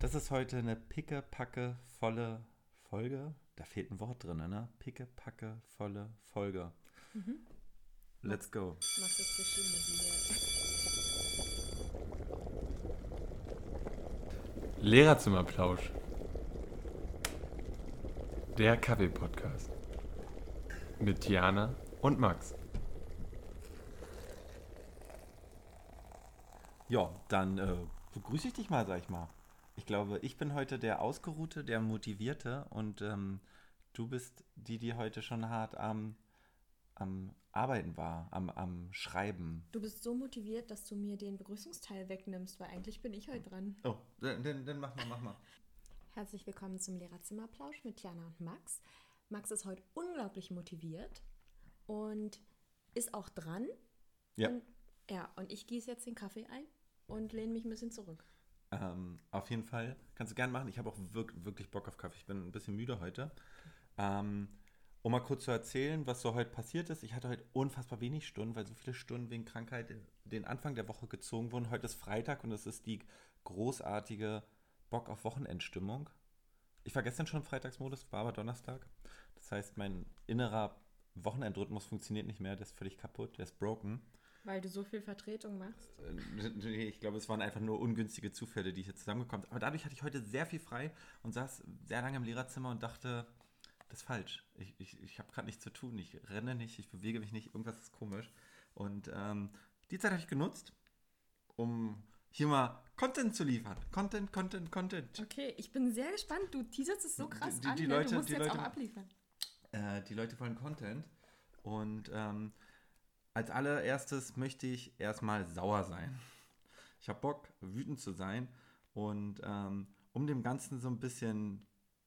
Das ist heute eine pickepacke volle Folge. Da fehlt ein Wort drin, ne? Pickepacke volle Folge. Mhm. Let's go. Max ist bestimmt Lehrerzimmerplausch, der Kaffee-Podcast mit Tiana und Max. Ja, dann begrüße ich dich mal, sag ich mal. Ich glaube, ich bin heute der Ausgeruhte, der Motivierte und du bist die heute schon hart am Arbeiten war, am Schreiben. Du bist so motiviert, dass du mir den Begrüßungsteil wegnimmst, weil eigentlich bin ich heute dran. Oh, dann mach mal. Herzlich willkommen zum Lehrerzimmerplausch mit Tiana und Max. Max ist heute unglaublich motiviert und ist auch dran. Ja. Und ich gieße jetzt den Kaffee ein und lehne mich ein bisschen zurück. Auf jeden Fall. Kannst du gerne machen. Ich habe auch wirklich Bock auf Kaffee. Ich bin ein bisschen müde heute. Um mal kurz zu erzählen, was so heute passiert ist. Ich hatte heute unfassbar wenig Stunden, weil so viele Stunden wegen Krankheit den Anfang der Woche gezogen wurden. Heute ist Freitag und es ist die großartige Bock auf Wochenendstimmung. Ich war gestern schon im Freitagsmodus, war aber Donnerstag. Das heißt, mein innerer Wochenendrhythmus funktioniert nicht mehr. Der ist völlig kaputt, der ist broken. Weil du so viel Vertretung machst. Ich glaube, es waren einfach nur ungünstige Zufälle, die hier zusammengekommen sind. Aber dadurch hatte ich heute sehr viel frei und saß sehr lange im Lehrerzimmer und dachte, das ist falsch. Ich habe gerade nichts zu tun. Ich renne nicht, ich bewege mich nicht. Irgendwas ist komisch. Und die Zeit habe ich genutzt, um hier mal Content zu liefern. Content. Okay, ich bin sehr gespannt. Du teaserst es so krass Die an, ne? Leute- Du musst die jetzt Leute- auch abliefern. Die Leute wollen Content. Und als allererstes möchte ich erstmal sauer sein. Ich habe Bock, wütend zu sein. Und um dem Ganzen so ein bisschen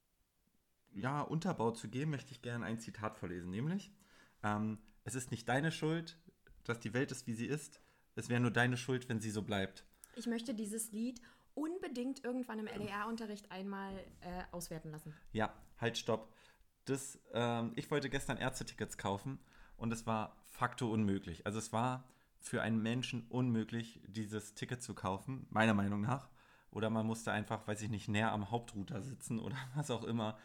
Unterbau zu geben, möchte ich gerne ein Zitat vorlesen. Nämlich, es ist nicht deine Schuld, dass die Welt ist, wie sie ist. Es wäre nur deine Schuld, wenn sie so bleibt. Ich möchte dieses Lied unbedingt irgendwann im LER-Unterricht einmal auswerten lassen. Ja, halt, stopp. Ich wollte gestern Ärztetickets kaufen und es war facto unmöglich. Also es war für einen Menschen unmöglich, dieses Ticket zu kaufen, meiner Meinung nach. Oder man musste einfach, weiß ich nicht, näher am Hauptrouter sitzen oder was auch immer.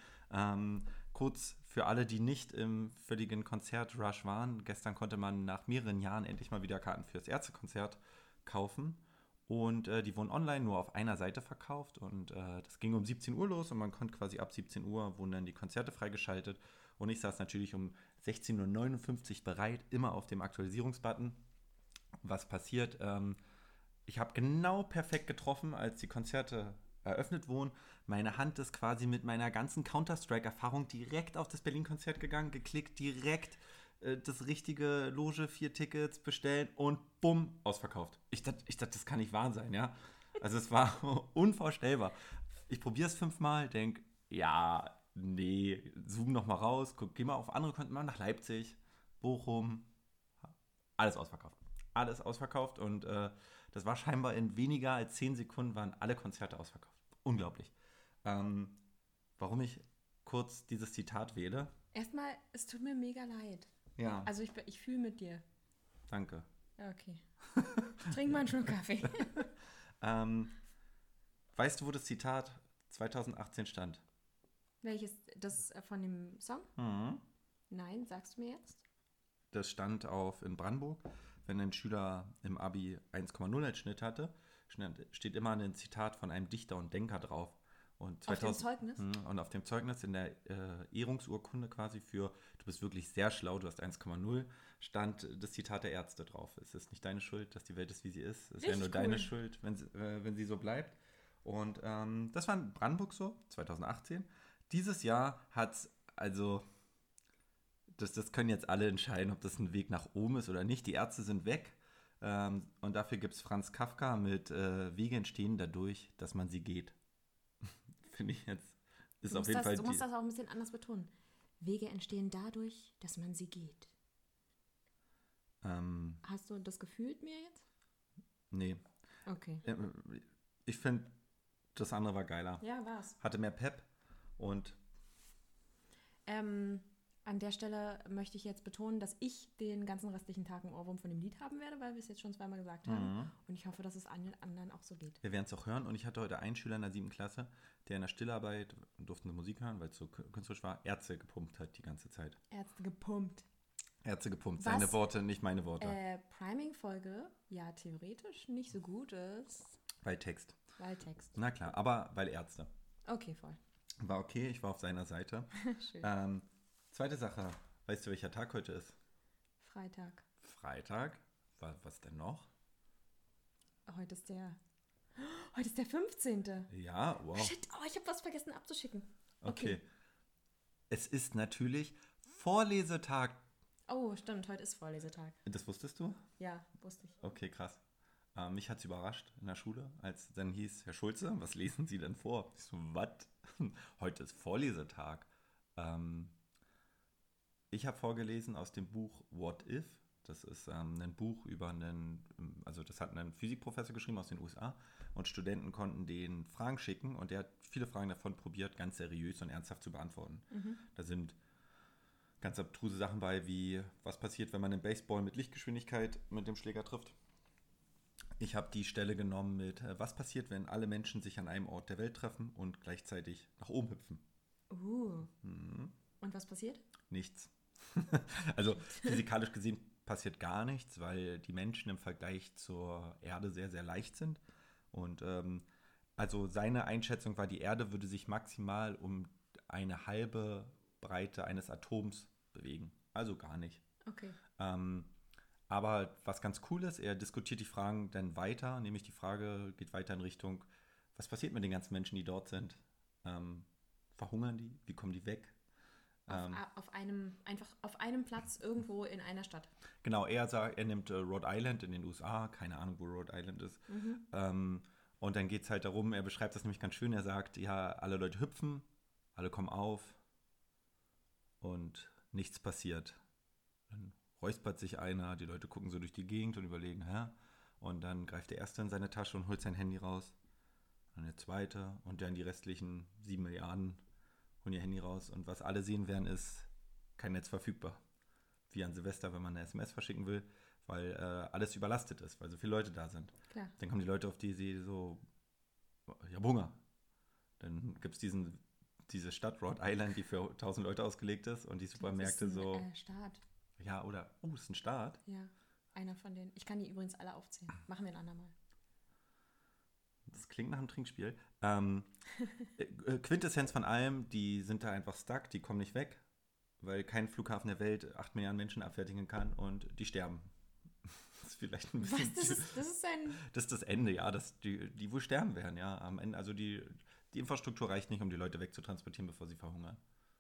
Kurz für alle, die nicht im völligen Konzertrush waren. Gestern konnte man nach mehreren Jahren endlich mal wieder Karten fürs Ärztekonzert kaufen. Und die wurden online nur auf einer Seite verkauft. Und das ging um 17 Uhr los und man konnte quasi ab 17 Uhr wurden dann die Konzerte freigeschaltet. Und ich saß natürlich um 16:59 Uhr bereit, immer auf dem Aktualisierungsbutton. Was passiert? Ich habe genau perfekt getroffen, als die Konzerte eröffnet wurden. Meine Hand ist quasi mit meiner ganzen Counter-Strike-Erfahrung direkt auf das Berlin-Konzert gegangen, geklickt, direkt das richtige Loge, 4 Tickets bestellen und bumm, ausverkauft. Ich dachte, das kann nicht wahr sein, ja. Also es war unvorstellbar. Ich probiere es 5-mal, denke, ja, nee, zoom noch mal raus, geh mal auf andere Konten, mal nach Leipzig, Bochum, alles ausverkauft. Alles ausverkauft und das war scheinbar in weniger als 10 Sekunden waren alle Konzerte ausverkauft. Unglaublich. Ähm, Warum ich kurz dieses Zitat wähle? Erstmal, es tut mir mega leid. Ja, Also ich fühle mit dir. danke. Ja, okay. Trink mal einen Schluck Kaffee. Ähm, Weißt du, wo das Zitat 2018 stand? Welches? Das von dem Song? Mhm. Nein, sagst du mir jetzt? Das stand in Brandenburg. Wenn ein Schüler im Abi 1,0 als Schnitt hatte, steht immer ein Zitat von einem Dichter und Denker drauf. Und Auf dem Zeugnis? Und auf dem Zeugnis in der Ehrungsurkunde quasi für, du bist wirklich sehr schlau, du hast 1,0, stand das Zitat der Ärzte drauf. Es ist nicht deine Schuld, dass die Welt ist, wie sie ist. Es wäre Richtig nur deine cool. Schuld, wenn sie so bleibt. Und das war in Brandenburg so, 2018. Dieses Jahr hat es, also, das können jetzt alle entscheiden, ob das ein Weg nach oben ist oder nicht. Die Ärzte sind weg. Und dafür gibt es Franz Kafka mit Wege entstehen dadurch, dass man sie geht. Finde ich jetzt, ist auf jeden Fall Du musst das auch ein bisschen anders betonen. Wege entstehen dadurch, dass man sie geht. Hast du das gefühlt mir jetzt? Nee. Okay. Ich finde, das andere war geiler. Ja, war's. Hatte mehr Pep und An der Stelle möchte ich jetzt betonen, dass ich den ganzen restlichen Tag einen Ohrwurm von dem Lied haben werde, weil wir es jetzt schon zweimal gesagt haben. Und ich hoffe, dass es allen anderen auch so geht. Wir werden es auch hören. Und ich hatte heute einen Schüler in der 7. Klasse, der in der Stillarbeit, durften Musik hören, weil es so künstlerisch war, Ärzte gepumpt hat die ganze Zeit. Ärzte gepumpt. Ärzte gepumpt. Was? Seine Worte, nicht meine Worte. Priming-Folge, ja, theoretisch nicht so gut ist. Weil Text. Weil Text. Na klar, aber weil Ärzte. Okay, voll. War okay, ich war auf seiner Seite. Schön. Zweite Sache. Weißt du, welcher Tag heute ist? Freitag. Freitag. Was denn noch? Heute ist der 15. Ja, wow. Shit, ich habe was vergessen abzuschicken. Okay. Es ist natürlich Vorlesetag. Oh, stimmt, heute ist Vorlesetag. Das wusstest du? Ja, wusste ich. Okay, krass. Mich hat es überrascht in der Schule, als es dann hieß, Herr Schulze, was lesen Sie denn vor? Ich so, was? Heute ist Vorlesetag. Ich habe vorgelesen aus dem Buch What If. Das ist ein Buch über das hat ein Physikprofessor geschrieben aus den USA und Studenten konnten den Fragen schicken und der hat viele Fragen davon probiert, ganz seriös und ernsthaft zu beantworten. Da sind ganz abstruse Sachen bei, wie was passiert, wenn man einen Baseball mit Lichtgeschwindigkeit mit dem Schläger trifft. Ich habe die Stelle genommen mit, was passiert, wenn alle Menschen sich an einem Ort der Welt treffen und gleichzeitig nach oben hüpfen. Und was passiert? Nichts. Also physikalisch gesehen passiert gar nichts, weil die Menschen im Vergleich zur Erde sehr, sehr leicht sind. Und also seine Einschätzung war, die Erde würde sich maximal um eine halbe Breite eines Atoms bewegen. Also gar nicht. Okay. Aber was ganz cool ist, er diskutiert die Fragen dann weiter, nämlich die Frage geht weiter in Richtung, was passiert mit den ganzen Menschen, die dort sind? Verhungern die? Wie kommen die weg? Auf einem Platz irgendwo in einer Stadt. Genau, er nimmt Rhode Island in den USA, keine Ahnung, wo Rhode Island ist. Und dann geht es halt darum, er beschreibt das nämlich ganz schön, er sagt, ja, alle Leute hüpfen, alle kommen auf und nichts passiert. Dann räuspert sich einer, die Leute gucken so durch die Gegend und überlegen, hä? Und dann greift der Erste in seine Tasche und holt sein Handy raus. Dann der Zweite und dann die restlichen 7 Milliarden holen ihr Handy raus. Und was alle sehen werden, ist kein Netz verfügbar. Wie an Silvester, wenn man eine SMS verschicken will, weil alles überlastet ist, weil so viele Leute da sind. Klar. Dann kommen die Leute auf die Idee so, ich habe Hunger. Dann gibt es diese Stadt Rhode Island, die für 1000 Leute ausgelegt ist und die Supermärkte das ist so... ein Staat. Ja, oder, das ist ein Staat. Ja, einer von denen. Ich kann die übrigens alle aufzählen. Machen wir ein andermal. Das klingt nach einem Trinkspiel. Quintessenz von allem, die sind da einfach stuck, die kommen nicht weg, weil kein Flughafen der Welt 8 Milliarden Menschen abfertigen kann und die sterben. Das ist vielleicht ein bisschen... Was? Das ist das Ende, ja, dass die wohl sterben werden, ja. Am Ende, also die Infrastruktur reicht nicht, um die Leute wegzutransportieren, bevor sie verhungern.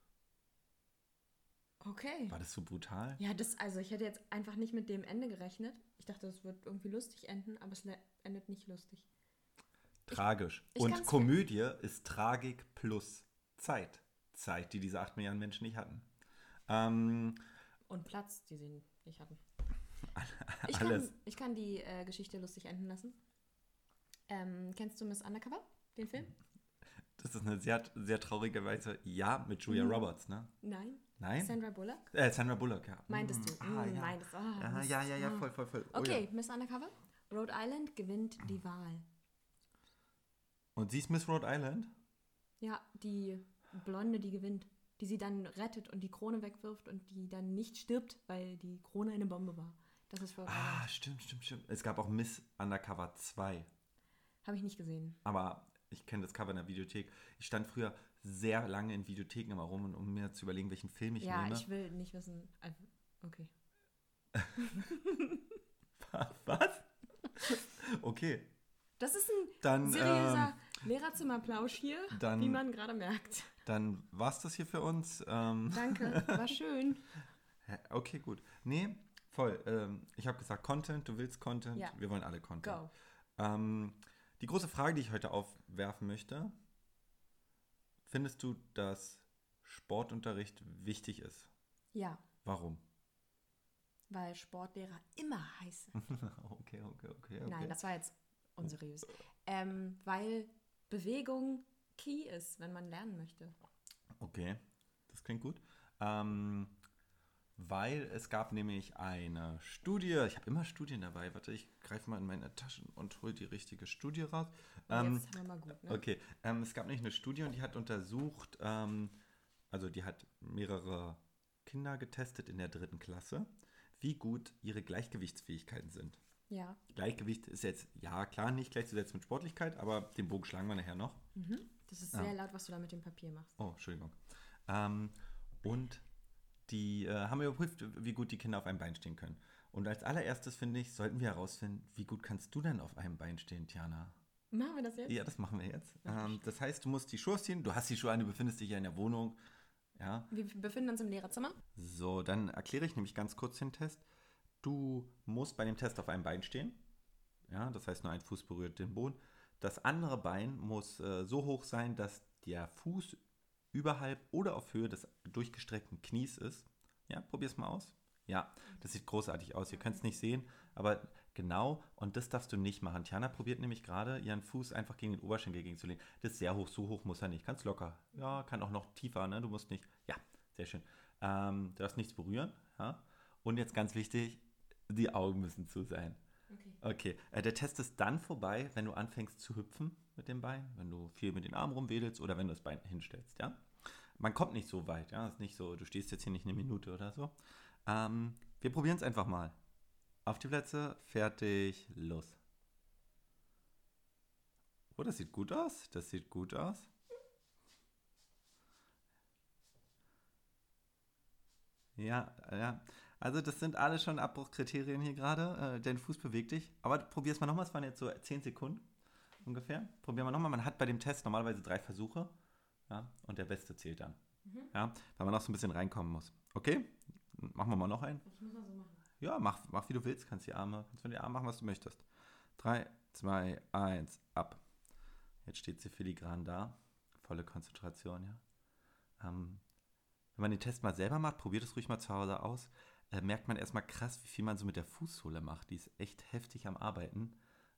Okay. War das so brutal? Ja, ich hätte jetzt einfach nicht mit dem Ende gerechnet. Ich dachte, es wird irgendwie lustig enden, aber es endet nicht lustig. Tragisch. Ich Und Komödie ist Tragik plus Zeit. Zeit, die diese 8 Milliarden Menschen nicht hatten. Und Platz, die sie nicht hatten. Alles. Ich kann die Geschichte lustig enden lassen. Kennst du Miss Undercover, den Film? Das ist eine sehr, sehr traurige Weise. Ja, mit Julia Roberts, ne? Nein? Sandra Bullock? Sandra Bullock, ja. Meintest du? Ja. Meintest. Ja, voll. Oh, Okay, ja. Miss Undercover. Rhode Island gewinnt die Wahl. Und sie ist Miss Rhode Island? Ja, die Blonde, die gewinnt. Die sie dann rettet und die Krone wegwirft und die dann nicht stirbt, weil die Krone eine Bombe war. Das ist Rhode Island. Stimmt. Es gab auch Miss Undercover 2. Habe ich nicht gesehen. Aber ich kenne das Cover in der Videothek. Ich stand früher sehr lange in Videotheken immer rum, um mir zu überlegen, welchen Film ich nehme. Ja, ich will nicht wissen. Okay. Was? Okay. Das ist ein seriöser Lehrerzimmerplausch hier, dann- wie man gerade merkt. Dann war's das hier für uns. Danke, war schön. Okay, gut. Nee, voll. Ich habe gesagt Content, du willst Content, Ja. wir wollen alle Content. Go. Die große Frage, die ich heute aufwerfen möchte, findest du, dass Sportunterricht wichtig ist? Ja, Warum? weil Sportlehrer immer heiß sind. Okay. Nein, das war jetzt unseriös. Weil Bewegung key ist, wenn man lernen möchte. Okay, das klingt gut. weil es gab nämlich eine Studie, ich habe immer Studien dabei, warte, ich greife mal in meine Taschen und hole die richtige Studie raus. Jetzt haben wir mal gut, ne? Okay, es gab nämlich eine Studie und die hat untersucht, also die hat mehrere Kinder getestet in der 3. Klasse, wie gut ihre Gleichgewichtsfähigkeiten sind. Ja. Gleichgewicht ist jetzt, ja klar, nicht gleichzusetzen mit Sportlichkeit, aber den Bogen schlagen wir nachher noch. Das ist sehr laut, was du da mit dem Papier machst. Oh, Entschuldigung. Und die haben überprüft, wie gut die Kinder auf einem Bein stehen können. Und als allererstes, finde ich, sollten wir herausfinden, wie gut kannst du denn auf einem Bein stehen, Tiana? Machen wir das jetzt? Ja, das machen wir jetzt. Das heißt, du musst die Schuhe ziehen, du hast die Schuhe an, du befindest dich ja in der Wohnung. Ja. Wir befinden uns im Lehrerzimmer. So, dann erkläre ich nämlich ganz kurz den Test. Du musst bei dem Test auf einem Bein stehen. Ja, das heißt, nur ein Fuß berührt den Boden. Das andere Bein muss so hoch sein, dass der Fuß überhalb oder auf Höhe des durchgestreckten Knies ist. Ja, probier's mal aus. Ja, das sieht großartig aus. Ihr könnt es nicht sehen, aber genau, und das darfst du nicht machen. Tiana probiert nämlich gerade, ihren Fuß einfach gegen den Oberschenkel gegenzulegen. Das ist sehr hoch, so hoch muss er nicht. Ganz locker. Ja, kann auch noch tiefer, ne? Du musst nicht. Ja, sehr schön. Du darfst nichts berühren. Ja? Und jetzt ganz wichtig, die Augen müssen zu sein. Okay. Der Test ist dann vorbei, wenn du anfängst zu hüpfen mit dem Bein, wenn du viel mit den Armen rumwedelst oder wenn du das Bein hinstellst, ja. Man kommt nicht so weit, ja. Ist nicht so, du stehst jetzt hier nicht eine Minute oder so. Wir probieren es einfach mal. Auf die Plätze, fertig, los. Oh, das sieht gut aus. Das sieht gut aus. Ja, ja. Also das sind alle schon Abbruchkriterien hier gerade. Dein Fuß bewegt dich. Aber probier es mal nochmal. Es waren jetzt so 10 Sekunden ungefähr. Probieren wir nochmal. Man hat bei dem Test normalerweise 3 Versuche. Ja, und der Beste zählt dann. Ja, weil man noch so ein bisschen reinkommen muss. Okay? Machen wir mal noch einen. Ich muss mal so machen. Ja, mach wie du willst. Kannst von den Armen machen, was du möchtest. 3, 2, 1, ab. Jetzt steht sie filigran da. Volle Konzentration, ja. Wenn man den Test mal selber macht, probiert es ruhig mal zu Hause aus, merkt man erstmal krass, wie viel man so mit der Fußsohle macht. Die ist echt heftig am Arbeiten.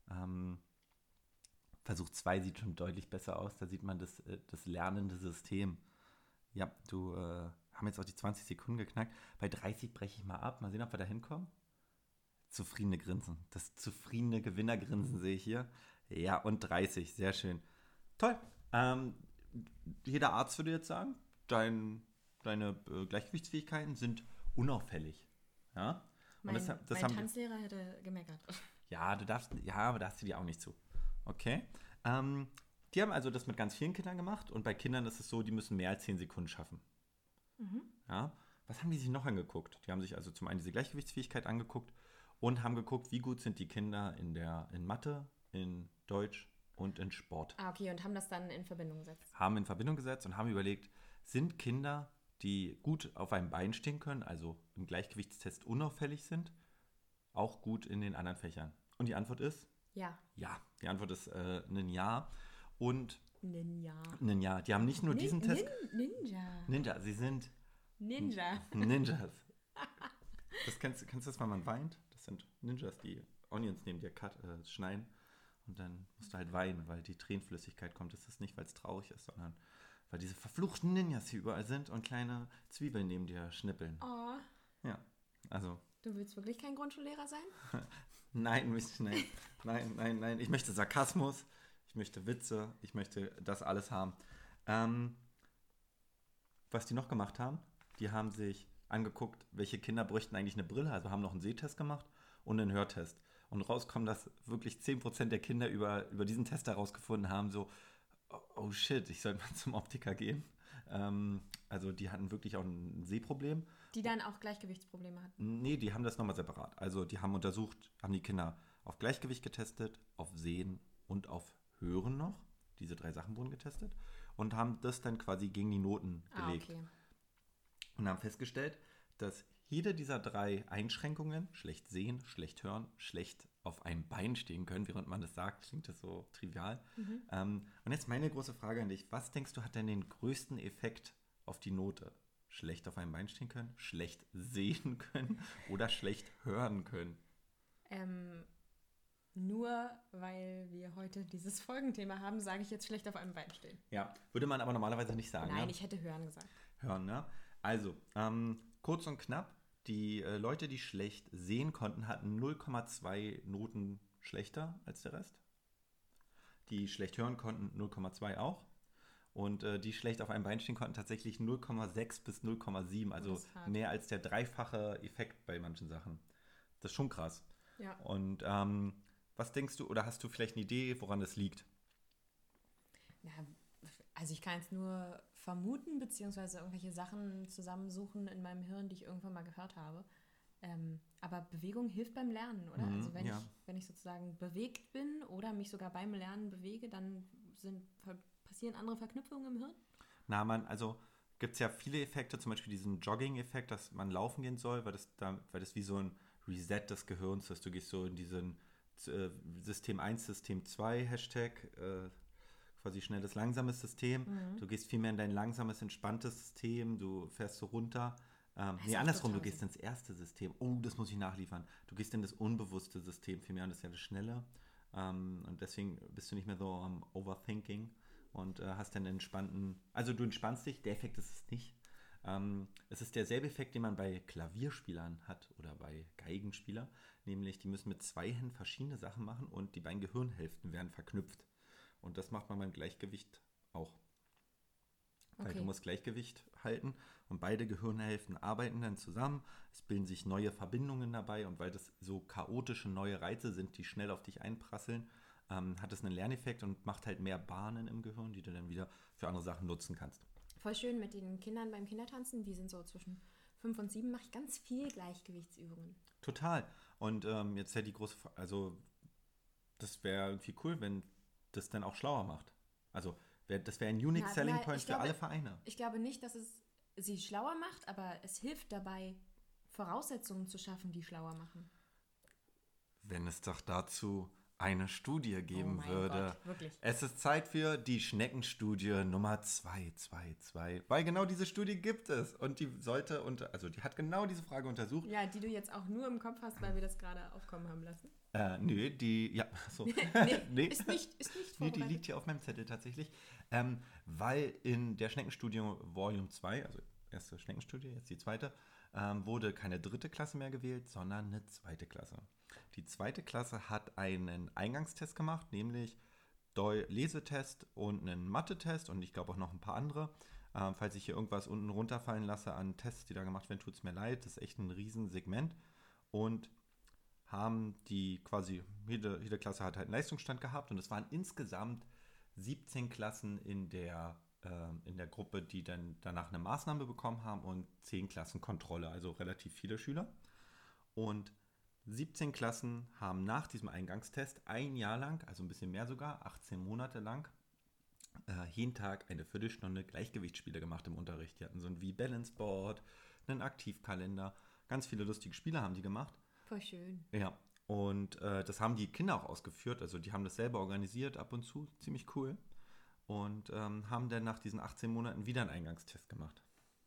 Versuch 2 sieht schon deutlich besser aus. Da sieht man das lernende System. Ja, du haben jetzt auch die 20 Sekunden geknackt. Bei 30 breche ich mal ab. Mal sehen, ob wir da hinkommen. Zufriedene Grinsen. Das zufriedene Gewinnergrinsen sehe ich hier. Ja, und 30. Sehr schön. Toll. Jeder Arzt würde jetzt sagen, deine Gleichgewichtsfähigkeiten sind unauffällig. Ja? Und Mein haben Tanzlehrer hätte gemeckert. ja, aber da hast du die auch nicht zu. Okay. Die haben also das mit ganz vielen Kindern gemacht und bei Kindern ist es so, die müssen mehr als 10 Sekunden schaffen. Ja. Was haben die sich noch angeguckt? Die haben sich also zum einen diese Gleichgewichtsfähigkeit angeguckt und haben geguckt, wie gut sind die Kinder in Mathe, in Deutsch und in Sport. Ah, okay, und haben das dann in Verbindung gesetzt. Haben in Verbindung gesetzt und haben überlegt, sind Kinder, die gut auf einem Bein stehen können, also im Gleichgewichtstest unauffällig sind, auch gut in den anderen Fächern? Und die Antwort ist? Ja. Ja. Die Antwort ist ein Ja. Und Ninja. ein Ja. Die haben nicht nur diesen Test. Ninja. Ninja, sie sind Ninja. Ninjas. Kennst du das, wenn man weint? Das sind Ninjas, die Onions neben dir schneiden. Und dann musst du halt weinen, weil die Tränenflüssigkeit kommt. Das ist nicht, weil es traurig ist, sondern weil diese verfluchten Ninjas hier überall sind und kleine Zwiebeln neben dir schnippeln. Oh. Ja, also. Du willst wirklich kein Grundschullehrer sein? Nein. Ich möchte Sarkasmus, ich möchte Witze, ich möchte das alles haben. Was die noch gemacht haben, die haben sich angeguckt, welche Kinder bräuchten eigentlich eine Brille, also haben noch einen Sehtest gemacht und einen Hörtest. Und rauskommt, dass wirklich 10% der Kinder über diesen Test herausgefunden haben, so, oh shit, ich sollte mal zum Optiker gehen. Also die hatten wirklich auch ein Sehproblem. Die dann auch Gleichgewichtsprobleme hatten? Nee, die haben das nochmal separat. Also die haben haben die Kinder auf Gleichgewicht getestet, auf Sehen und auf Hören noch. Diese 3 Sachen wurden getestet und haben das dann quasi gegen die Noten gelegt. Okay. Und haben festgestellt, dass jede dieser 3 Einschränkungen, schlecht sehen, schlecht hören, schlecht auf einem Bein stehen können, während man das sagt, klingt das so trivial. Und jetzt meine große Frage an dich. Was denkst du, hat denn den größten Effekt auf die Note? Schlecht auf einem Bein stehen können, schlecht sehen können oder schlecht hören können? Nur weil wir heute dieses Folgenthema haben, sage ich jetzt schlecht auf einem Bein stehen. Ja, würde man aber normalerweise nicht sagen. Nein, ja? ich hätte hören gesagt. Hören, ne? Also, kurz und knapp, Die Leute, die schlecht sehen konnten, hatten 0,2 Noten schlechter als der Rest. Die schlecht hören konnten 0,2 auch. Und die schlecht auf einem Bein stehen konnten, tatsächlich 0,6 bis 0,7. Also Das ist hart. mehr als der dreifache Effekt bei manchen Sachen. Das ist schon krass. Ja. Und was denkst du, oder hast du vielleicht eine Idee, woran das liegt? Ja, also ich kann jetzt nur vermuten, beziehungsweise irgendwelche Sachen zusammensuchen in meinem Hirn, die ich irgendwann mal gehört habe. Aber Bewegung hilft beim Lernen, oder? Mhm, Also ja. wenn ich sozusagen bewegt bin oder mich sogar beim Lernen bewege, dann passieren andere Verknüpfungen im Hirn? Na, also gibt es ja viele Effekte, zum Beispiel diesen Jogging-Effekt, dass man laufen gehen soll, weil das wie so ein Reset des Gehirns ist. Du gehst so in diesen System 1, System 2 Hashtag, quasi schnelles, langsames System. Du gehst viel mehr in dein langsames, entspanntes System, du fährst so runter. Nee, auch andersrum, du total gehst ins erste System. Oh, das muss ich nachliefern. Du gehst in das unbewusste System viel mehr und das ist ja das Schnelle. Und deswegen bist du nicht mehr so am Overthinking und hast dann entspannten, also du entspannst dich, der Effekt ist es nicht. Es ist derselbe Effekt, den man bei Klavierspielern hat oder bei Geigenspielern, nämlich die müssen mit zwei Händen verschiedene Sachen machen und die beiden Gehirnhälften werden verknüpft. Und das macht man beim Gleichgewicht auch. Weil Okay. du musst Gleichgewicht halten und beide Gehirnhälften arbeiten dann zusammen. Es bilden sich neue Verbindungen dabei und weil das so chaotische neue Reize sind, die schnell auf dich einprasseln, hat es einen Lerneffekt und macht halt mehr Bahnen im Gehirn, die du dann wieder für andere Sachen nutzen kannst. Voll schön mit den Kindern beim Kindertanzen, die sind so zwischen 5 und 7, mache ich ganz viel Gleichgewichtsübungen. Total. Und jetzt ja die große Frage, also das wäre irgendwie cool, wenn das dann auch schlauer macht. Also das wäre ein Unique Selling Point ich für alle Vereine. Ich glaube nicht, dass es sie schlauer macht, aber es hilft dabei, Voraussetzungen zu schaffen, die schlauer machen. Wenn es doch dazu eine Studie geben mein würde. Gott, wirklich. Es ist Zeit für die Schneckenstudie Nummer 222, weil genau diese Studie gibt es und die die hat genau diese Frage untersucht. Ja, die du jetzt auch nur im Kopf hast, weil wir das gerade aufkommen haben lassen. So. Nee, ist nicht Nee, die vorbereitet. liegt hier auf meinem Zettel tatsächlich, weil in der Schneckenstudie Volume 2, also erste Schneckenstudie, jetzt die zweite, wurde keine dritte Klasse mehr gewählt, sondern eine zweite Klasse. Die zweite Klasse hat einen Eingangstest gemacht, nämlich Lesetest und einen Mathe-Test und ich glaube auch noch ein paar andere. Falls ich hier irgendwas unten runterfallen lasse an Tests, die da gemacht werden, tut es mir leid. Das ist echt ein Riesensegment. Und haben jede Klasse hat halt einen Leistungsstand gehabt und es waren insgesamt 17 Klassen in der Gruppe, die dann danach eine Maßnahme bekommen haben und 10 Klassen Kontrolle, also relativ viele Schüler. Und 17 Klassen haben nach diesem Eingangstest ein Jahr lang, also ein bisschen mehr sogar, 18 Monate lang, jeden Tag eine Viertelstunde Gleichgewichtsspiele gemacht im Unterricht. Die hatten so ein V-Balance Board, einen Aktivkalender, ganz viele lustige Spiele haben die gemacht. Voll schön. Ja, und das haben die Kinder auch ausgeführt, also die haben das selber organisiert ab und zu, ziemlich cool. Und haben dann nach diesen 18 Monaten wieder einen Eingangstest gemacht.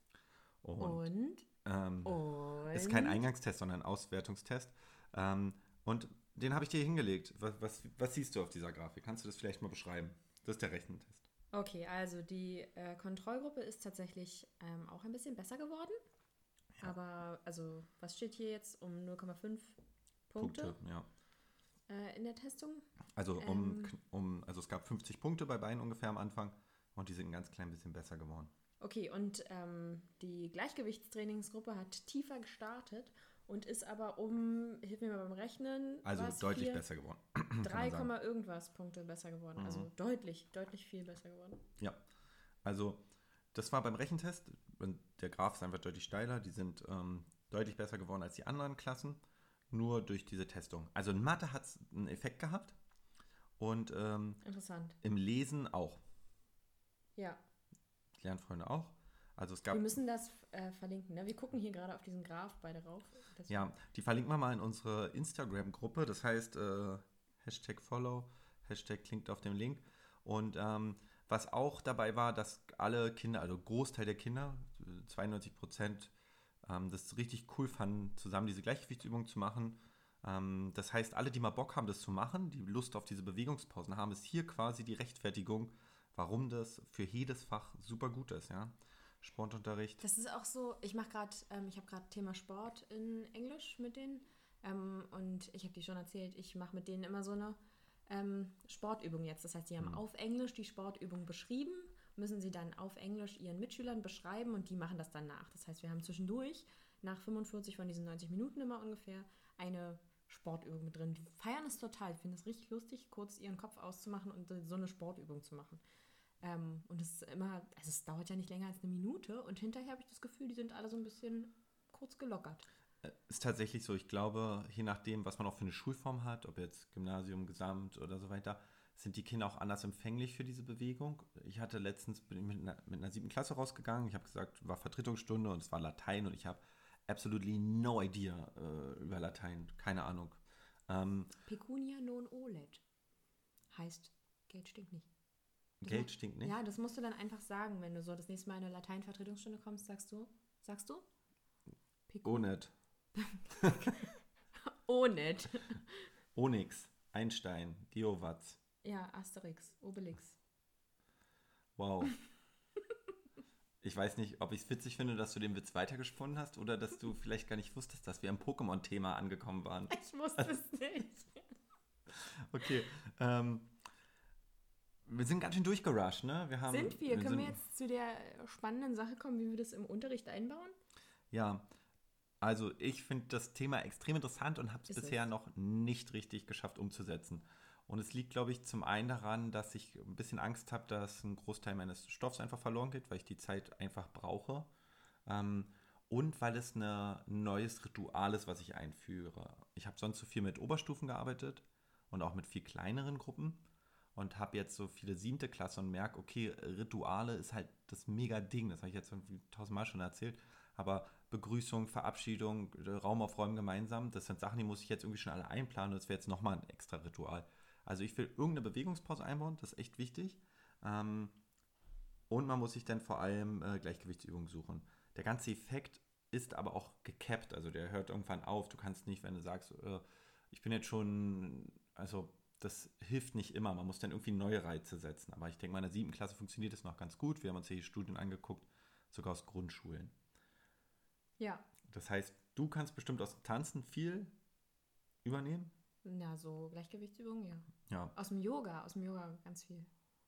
Und? Ist kein Eingangstest, sondern ein Auswertungstest. Und den habe ich dir hingelegt. Was siehst du auf dieser Grafik? Kannst du das vielleicht mal beschreiben? Das ist der Rechentest. Okay, also die Kontrollgruppe ist tatsächlich auch ein bisschen besser geworden. Ja. Aber, also, was steht hier jetzt um 0,5 Punkte ja. In der Testung? Also also es gab 50 Punkte bei beiden ungefähr am Anfang und die sind ein ganz klein bisschen besser geworden. Okay, und die Gleichgewichtstrainingsgruppe hat tiefer gestartet und ist aber hilf mir mal beim Rechnen. Also deutlich besser geworden. 3, irgendwas Punkte besser geworden. Mhm. Also deutlich viel besser geworden. Ja, also das war beim Rechentest. Der Graph ist einfach deutlich steiler. Die sind deutlich besser geworden als die anderen Klassen. Nur durch diese Testung. Also in Mathe hat es einen Effekt gehabt. Und interessant. Im Lesen auch. Ja. Lernfreunde auch. Also es gab. Wir müssen das verlinken. Ne? Wir gucken hier gerade auf diesen Graph beide rauf. Ja, die verlinken wir mal in unsere Instagram-Gruppe. Das heißt #follow, #klingt auf dem Link. Und was auch dabei war, dass alle Kinder, also Großteil der Kinder, 92%, das richtig cool fanden, zusammen diese Gleichgewichtsübung zu machen. Das heißt, alle, die mal Bock haben, das zu machen, die Lust auf diese Bewegungspausen haben, ist hier quasi die Rechtfertigung, warum das für jedes Fach super gut ist. Ja? Sportunterricht. Das ist auch so, ich habe gerade Thema Sport in Englisch mit denen und ich habe dir schon erzählt, ich mache mit denen immer so eine Sportübung jetzt. Das heißt, die haben auf Englisch die Sportübung beschrieben, müssen sie dann auf Englisch ihren Mitschülern beschreiben und die machen das dann nach. Das heißt, wir haben zwischendurch, nach 45 von diesen 90 Minuten immer ungefähr, eine Sportübung mit drin. Die feiern es total. Ich finde es richtig lustig, kurz ihren Kopf auszumachen und so eine Sportübung zu machen. Und es ist immer, also es dauert ja nicht länger als eine Minute und hinterher habe ich das Gefühl, die sind alle so ein bisschen kurz gelockert. Ist tatsächlich so. Ich glaube, je nachdem, was man auch für eine Schulform hat, ob jetzt Gymnasium, Gesamt oder so weiter, sind die Kinder auch anders empfänglich für diese Bewegung. Ich hatte letztens, bin ich mit einer 7. Klasse rausgegangen. Ich habe gesagt, war Vertretungsstunde und es war Latein und ich habe absolutely no idea über Latein. Keine Ahnung. Pecunia non olet heißt, Geld stinkt nicht. Geld stinkt nicht? Ja, das musst du dann einfach sagen, wenn du so das nächste Mal in eine Latein-Vertretungsstunde kommst, sagst du? Onet. Onet. Onyx, Einstein, Geowatz. Ja, Asterix, Obelix. Wow. Ich weiß nicht, ob ich es witzig finde, dass du den Witz weitergesponnen hast oder dass du vielleicht gar nicht wusstest, dass wir am Pokémon-Thema angekommen waren. Ich wusste es nicht. Okay, wir sind ganz schön durchgerusht, ne? Können wir jetzt zu der spannenden Sache kommen, wie wir das im Unterricht einbauen? Ja, also ich finde das Thema extrem interessant und habe es bisher noch nicht richtig geschafft umzusetzen. Und es liegt, glaube ich, zum einen daran, dass ich ein bisschen Angst habe, dass ein Großteil meines Stoffs einfach verloren geht, weil ich die Zeit einfach brauche. Und weil es ein neues Ritual ist, was ich einführe. Ich habe sonst so viel mit Oberstufen gearbeitet und auch mit viel kleineren Gruppen und habe jetzt so viele 7. Klasse und merke, okay, Rituale ist halt das mega Ding. Das habe ich jetzt irgendwie 1000-mal schon erzählt. Aber Begrüßung, Verabschiedung, Raum auf Räumen gemeinsam, das sind Sachen, die muss ich jetzt irgendwie schon alle einplanen und das wäre jetzt nochmal ein extra Ritual. Also ich will irgendeine Bewegungspause einbauen, das ist echt wichtig. Und man muss sich dann vor allem Gleichgewichtsübungen suchen. Der ganze Effekt ist aber auch gekappt, also der hört irgendwann auf. Du kannst nicht, wenn du sagst, ich bin jetzt schon, also das hilft nicht immer. Man muss dann irgendwie neue Reize setzen. Aber ich denke, mal in der 7. Klasse funktioniert das noch ganz gut. Wir haben uns hier die Studien angeguckt, sogar aus Grundschulen. Ja. Das heißt, du kannst bestimmt aus dem Tanzen viel übernehmen? Na, so Gleichgewichtsübungen, ja. Ja. Aus dem Yoga ganz viel.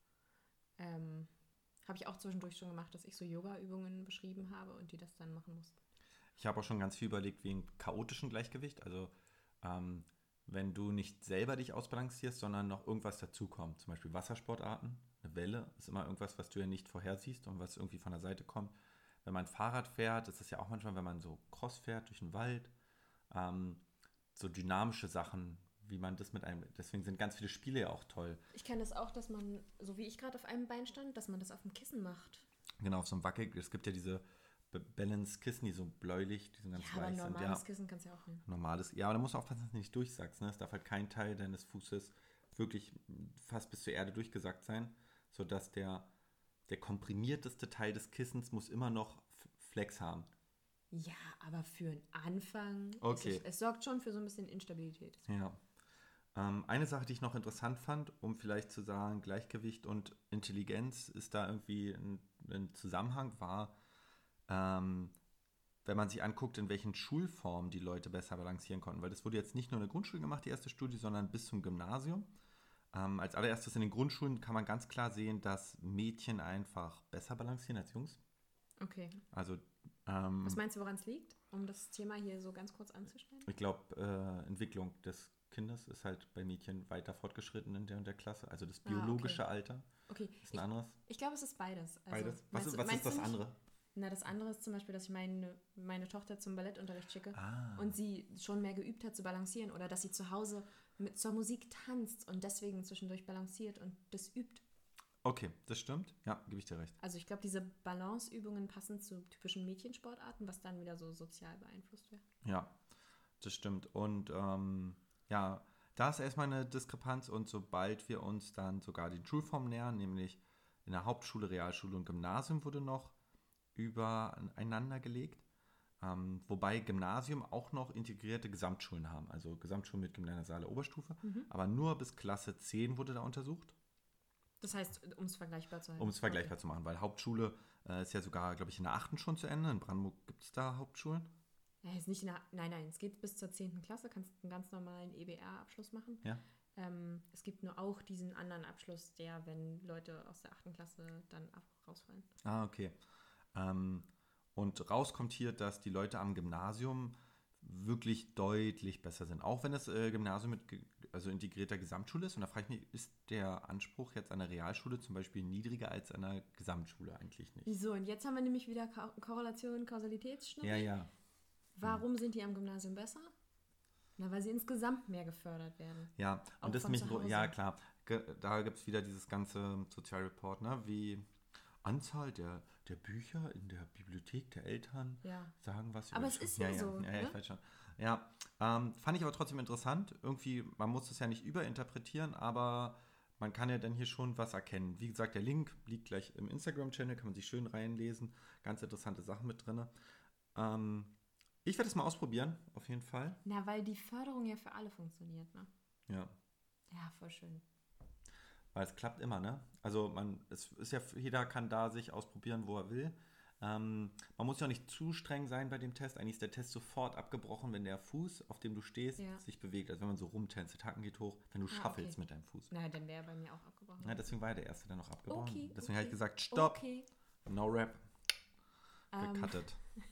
Habe ich auch zwischendurch schon gemacht, dass ich so Yoga-Übungen beschrieben habe und die das dann machen mussten. Ich habe auch schon ganz viel überlegt wegen chaotischen Gleichgewicht. Also wenn du nicht selber dich ausbalancierst, sondern noch irgendwas dazukommt. Zum Beispiel Wassersportarten. Eine Welle ist immer irgendwas, was du ja nicht vorhersiehst und was irgendwie von der Seite kommt. Wenn man Fahrrad fährt, ist es ja auch manchmal, wenn man so Cross fährt durch den Wald, so dynamische Sachen, wie man das mit einem, deswegen sind ganz viele Spiele ja auch toll. Ich kenne das auch, dass man, so wie ich gerade auf einem Bein stand, dass man das auf dem Kissen macht. Genau, auf so einem Wackel, es gibt ja diese Balance-Kissen, die so bläulich, die sind ganz Ja, aber ein weich sind. normales Kissen kannst du ja auch nehmen. Normales, ja, aber da musst du aufpassen, dass du nicht durchsackst. Ne? Es darf halt kein Teil deines Fußes wirklich fast bis zur Erde durchgesackt sein, sodass der komprimierteste Teil des Kissens muss immer noch Flex haben. Ja, aber für einen Anfang, okay. Es sorgt schon für so ein bisschen Instabilität. Ja. Eine Sache, die ich noch interessant fand, um vielleicht zu sagen, Gleichgewicht und Intelligenz ist da irgendwie ein Zusammenhang, war, wenn man sich anguckt, in welchen Schulformen die Leute besser balancieren konnten. Weil das wurde jetzt nicht nur in der Grundschule gemacht, die erste Studie, sondern bis zum Gymnasium. Als allererstes in den Grundschulen kann man ganz klar sehen, dass Mädchen einfach besser balancieren als Jungs. Okay. Also, was meinst du, woran es liegt? Um das Thema hier so ganz kurz anzuschneiden? Ich glaube, Entwicklung des Kindes ist halt bei Mädchen weiter fortgeschritten in der und der Klasse. Also das biologische Alter ist ein anderes. Ich glaube, es ist beides. Also, beides? Was ist das andere? Na, das andere ist zum Beispiel, dass ich meine Tochter zum Ballettunterricht schicke und sie schon mehr geübt hat zu balancieren oder dass sie zu Hause zur Musik tanzt und deswegen zwischendurch balanciert und das übt. Okay, das stimmt. Ja, gebe ich dir recht. Also ich glaube, diese Balanceübungen passen zu typischen Mädchensportarten, was dann wieder so sozial beeinflusst wird. Ja, das stimmt. Und ja, da ist erstmal eine Diskrepanz und sobald wir uns dann sogar den Schulformen nähern, nämlich in der Hauptschule, Realschule und Gymnasium wurde noch übereinander gelegt. Wobei Gymnasium auch noch integrierte Gesamtschulen haben. Also Gesamtschulen mit gymnasialer Oberstufe. Aber nur bis Klasse 10 wurde da untersucht. Das heißt, um es vergleichbar zu halten. Um es vergleichbar zu machen, weil Hauptschule ist ja sogar, glaube ich, in der 8. schon zu Ende. In Brandenburg gibt es da Hauptschulen. Ja, ist nicht nein, es geht bis zur 10. Klasse, kannst einen ganz normalen EBR-Abschluss machen. Ja. Es gibt nur auch diesen anderen Abschluss, wenn Leute aus der 8. Klasse dann rausfallen. Ah, okay. Und rauskommt hier, dass die Leute am Gymnasium wirklich deutlich besser sind. Auch wenn das Gymnasium mit integrierter Gesamtschule ist. Und da frage ich mich, ist der Anspruch jetzt an der Realschule zum Beispiel niedriger als an der Gesamtschule? Eigentlich nicht. So, und jetzt haben wir nämlich wieder Korrelation, Kausalitätsschnitt. Ja. Warum sind die am Gymnasium besser? Na, weil sie insgesamt mehr gefördert werden. Ja, Auch und das von mich, zu Hause. ja klar, da gibt es wieder dieses ganze Sozialreport, ne? Wie Anzahl der Bücher in der Bibliothek der Eltern sagen was über Aber die es ist Schule. ja so, Ja, ne? ich weiß schon. Ja, fand ich aber trotzdem interessant. Irgendwie, man muss es ja nicht überinterpretieren, aber man kann ja dann hier schon was erkennen. Wie gesagt, der Link liegt gleich im Instagram-Channel, kann man sich schön reinlesen. Ganz interessante Sachen mit drin. Ich werde es mal ausprobieren, auf jeden Fall. Na, weil die Förderung ja für alle funktioniert, ne? Ja. Ja, voll schön. Weil es klappt immer, ne? Also es ist ja, jeder kann da sich ausprobieren, wo er will. Man muss ja auch nicht zu streng sein bei dem Test. Eigentlich ist der Test sofort abgebrochen, wenn der Fuß, auf dem du stehst, sich bewegt. Also wenn man so rumtänzelt, Hacken geht hoch, wenn du schaffelst mit deinem Fuß. Na, dann wäre bei mir auch abgebrochen. Ja, deswegen war ja der erste dann noch abgebrochen. Okay, Deswegen habe ich gesagt, stopp, no rap, gecuttet.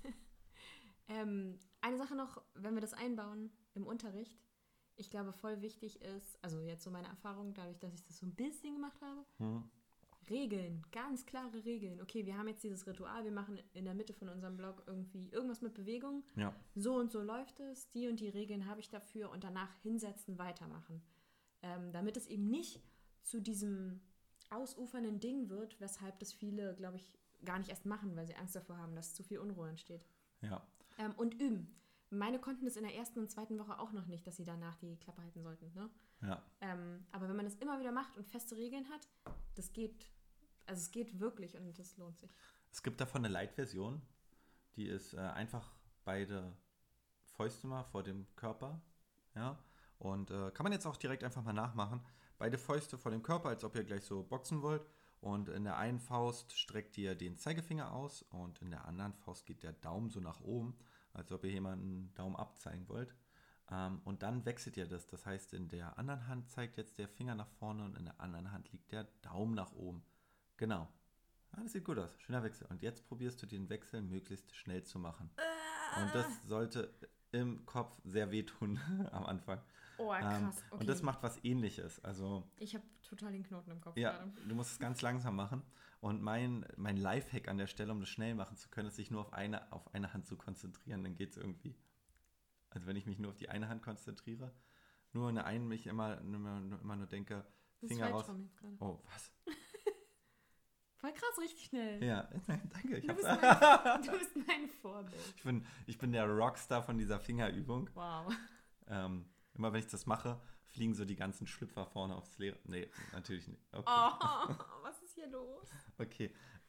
Eine Sache noch, wenn wir das einbauen im Unterricht, ich glaube, voll wichtig ist, also jetzt so meine Erfahrung, dadurch, dass ich das so ein bisschen gemacht habe, Regeln, ganz klare Regeln. Okay, wir haben jetzt dieses Ritual, wir machen in der Mitte von unserem Blog irgendwie irgendwas mit Bewegung. Ja. So und so läuft es, die und die Regeln habe ich dafür und danach hinsetzen, weitermachen. Damit es eben nicht zu diesem ausufernden Ding wird, weshalb das viele, glaube ich, gar nicht erst machen, weil sie Angst davor haben, dass zu viel Unruhe entsteht. Ja. Und üben. Meine konnten das in der 1. und 2. Woche auch noch nicht, dass sie danach die Klappe halten sollten. Ne? Ja. Aber wenn man das immer wieder macht und feste Regeln hat, das geht. Also es geht wirklich und das lohnt sich. Es gibt davon eine Light-Version, die ist einfach beide Fäuste mal vor dem Körper. Ja. Und kann man jetzt auch direkt einfach mal nachmachen. Beide Fäuste vor dem Körper, als ob ihr gleich so boxen wollt. Und in der einen Faust streckt ihr den Zeigefinger aus und in der anderen Faust geht der Daumen so nach oben, als ob ihr jemanden Daumen abzeigen wollt. Und dann wechselt ihr das. Das heißt, in der anderen Hand zeigt jetzt der Finger nach vorne und in der anderen Hand liegt der Daumen nach oben. Genau. Ja, das sieht gut aus. Schöner Wechsel. Und jetzt probierst du den Wechsel möglichst schnell zu machen. Und das sollte im Kopf sehr wehtun am Anfang. Oh, krass. Okay. Und das macht was Ähnliches. Also, ich habe total den Knoten im Kopf ja, gerade. du musst es ganz langsam machen. Und mein Lifehack an der Stelle, um das schnell machen zu können, ist, sich nur auf eine Hand zu konzentrieren. Dann geht es irgendwie. Also wenn ich mich nur auf die eine Hand konzentriere, nur in der einen mich immer nur denke, Finger raus. Oh, was? Voll krass, richtig schnell. Ja, danke. Du bist mein Vorbild. Ich bin der Rockstar von dieser Fingerübung. Wow. Immer wenn ich das mache, fliegen so die ganzen Schlüpfer vorne aufs Leere. Nee, natürlich nicht. Okay. Oh, was ist hier los? Okay.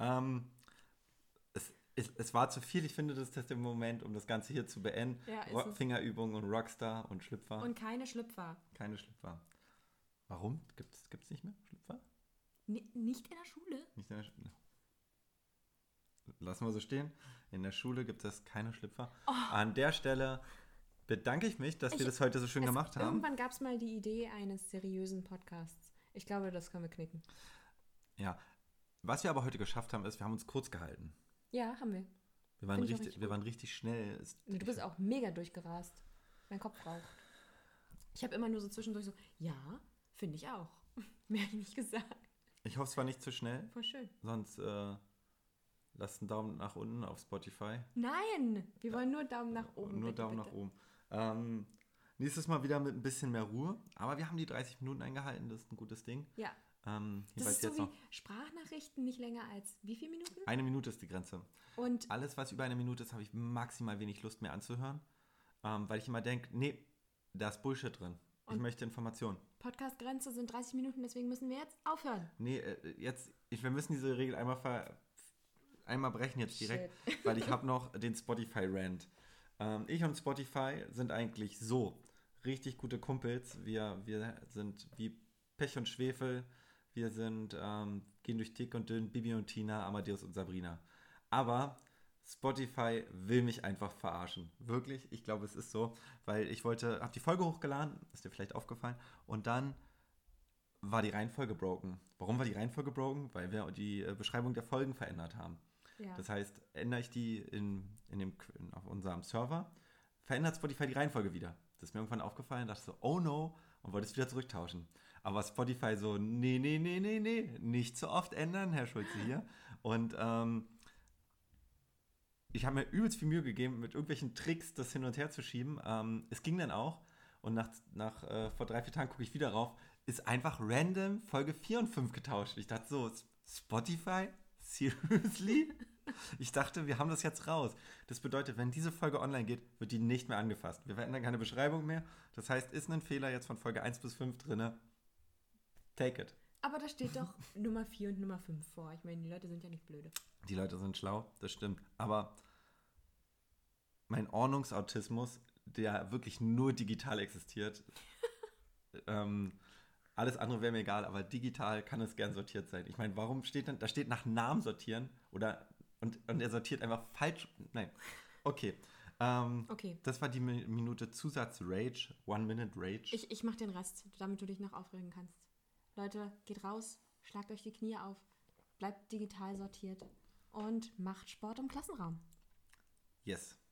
Es war zu viel. Ich finde, das ist der Moment, um das Ganze hier zu beenden. Ja, Fingerübung und Rockstar und Schlüpfer. Und keine Schlüpfer. Keine Schlüpfer. Warum? Gibt's nicht mehr Schlüpfer? Nicht in der Schule? Nicht in der Schule. Lassen wir so stehen. In der Schule gibt es keine Schlüpfer. Oh. An der Stelle bedanke ich mich, dass wir das heute so schön gemacht haben. Irgendwann gab es mal die Idee eines seriösen Podcasts. Ich glaube, das können wir knicken. Ja. Was wir aber heute geschafft haben, ist, wir haben uns kurz gehalten. Ja, haben wir. Wir waren richtig schnell. Du bist auch mega durchgerast. Mein Kopf raucht. Ich habe immer nur so zwischendurch so, ja, finde ich auch. Mehr habe ich nicht gesagt. Ich hoffe, es war nicht zu schnell. Voll schön. Sonst lasst einen Daumen nach unten auf Spotify. Nein, wir wollen nur Daumen nach oben. Nur bitte, Daumen bitte. nach oben. Nächstes Mal wieder mit ein bisschen mehr Ruhe. Aber wir haben die 30 Minuten eingehalten. Das ist ein gutes Ding. Ja. Das ist so wie Sprachnachrichten nicht länger als wie viele Minuten? 1 Minute ist die Grenze. Und alles, was über 1 Minute ist, habe ich maximal wenig Lust mehr anzuhören. Weil ich immer denke, nee, da ist Bullshit drin. Ich möchte Informationen. Podcast-Grenze sind 30 Minuten, deswegen müssen wir jetzt aufhören. Nee, wir müssen diese Regel einmal brechen jetzt direkt, weil ich habe noch den Spotify-Rant. Ich und Spotify sind eigentlich so richtig gute Kumpels. Wir sind wie Pech und Schwefel. Wir sind, gehen durch dick und dünn, Bibi und Tina, Amadeus und Sabrina. Aber Spotify will mich einfach verarschen. Wirklich, ich glaube, es ist so, weil habe die Folge hochgeladen, ist dir vielleicht aufgefallen, und dann war die Reihenfolge broken. Warum war die Reihenfolge broken? Weil wir die Beschreibung der Folgen verändert haben. Ja. Das heißt, ändere ich die auf unserem Server, verändert Spotify die Reihenfolge wieder. Das ist mir irgendwann aufgefallen, dachte so, oh no, und wollte es wieder zurücktauschen. Aber Spotify so, nee, nicht so oft ändern, Herr Schulze hier. Und ich habe mir übelst viel Mühe gegeben, mit irgendwelchen Tricks das hin und her zu schieben. Es ging dann auch. Und vor 3-4 Tagen gucke ich wieder rauf, ist einfach random Folge 4 und 5 getauscht. Ich dachte so, Spotify? Seriously? Ich dachte, wir haben das jetzt raus. Das bedeutet, wenn diese Folge online geht, wird die nicht mehr angefasst. Wir verändern keine Beschreibung mehr. Das heißt, ist ein Fehler jetzt von Folge 1 bis 5 drin, take it. Aber da steht doch Nummer 4 und Nummer 5 vor. Ich meine, die Leute sind ja nicht blöde. Die Leute sind schlau, das stimmt. Aber mein Ordnungsautismus, der wirklich nur digital existiert, alles andere wäre mir egal, aber digital kann es gern sortiert sein. Ich meine, warum steht da steht nach Namen sortieren und er sortiert einfach falsch. Nein. Okay. Okay. Das war die Minute Zusatz Rage, 1 Minute Rage. Ich mach den Rest, damit du dich noch aufregen kannst. Leute, geht raus, schlagt euch die Knie auf, bleibt digital sortiert und macht Sport im Klassenraum. Yes.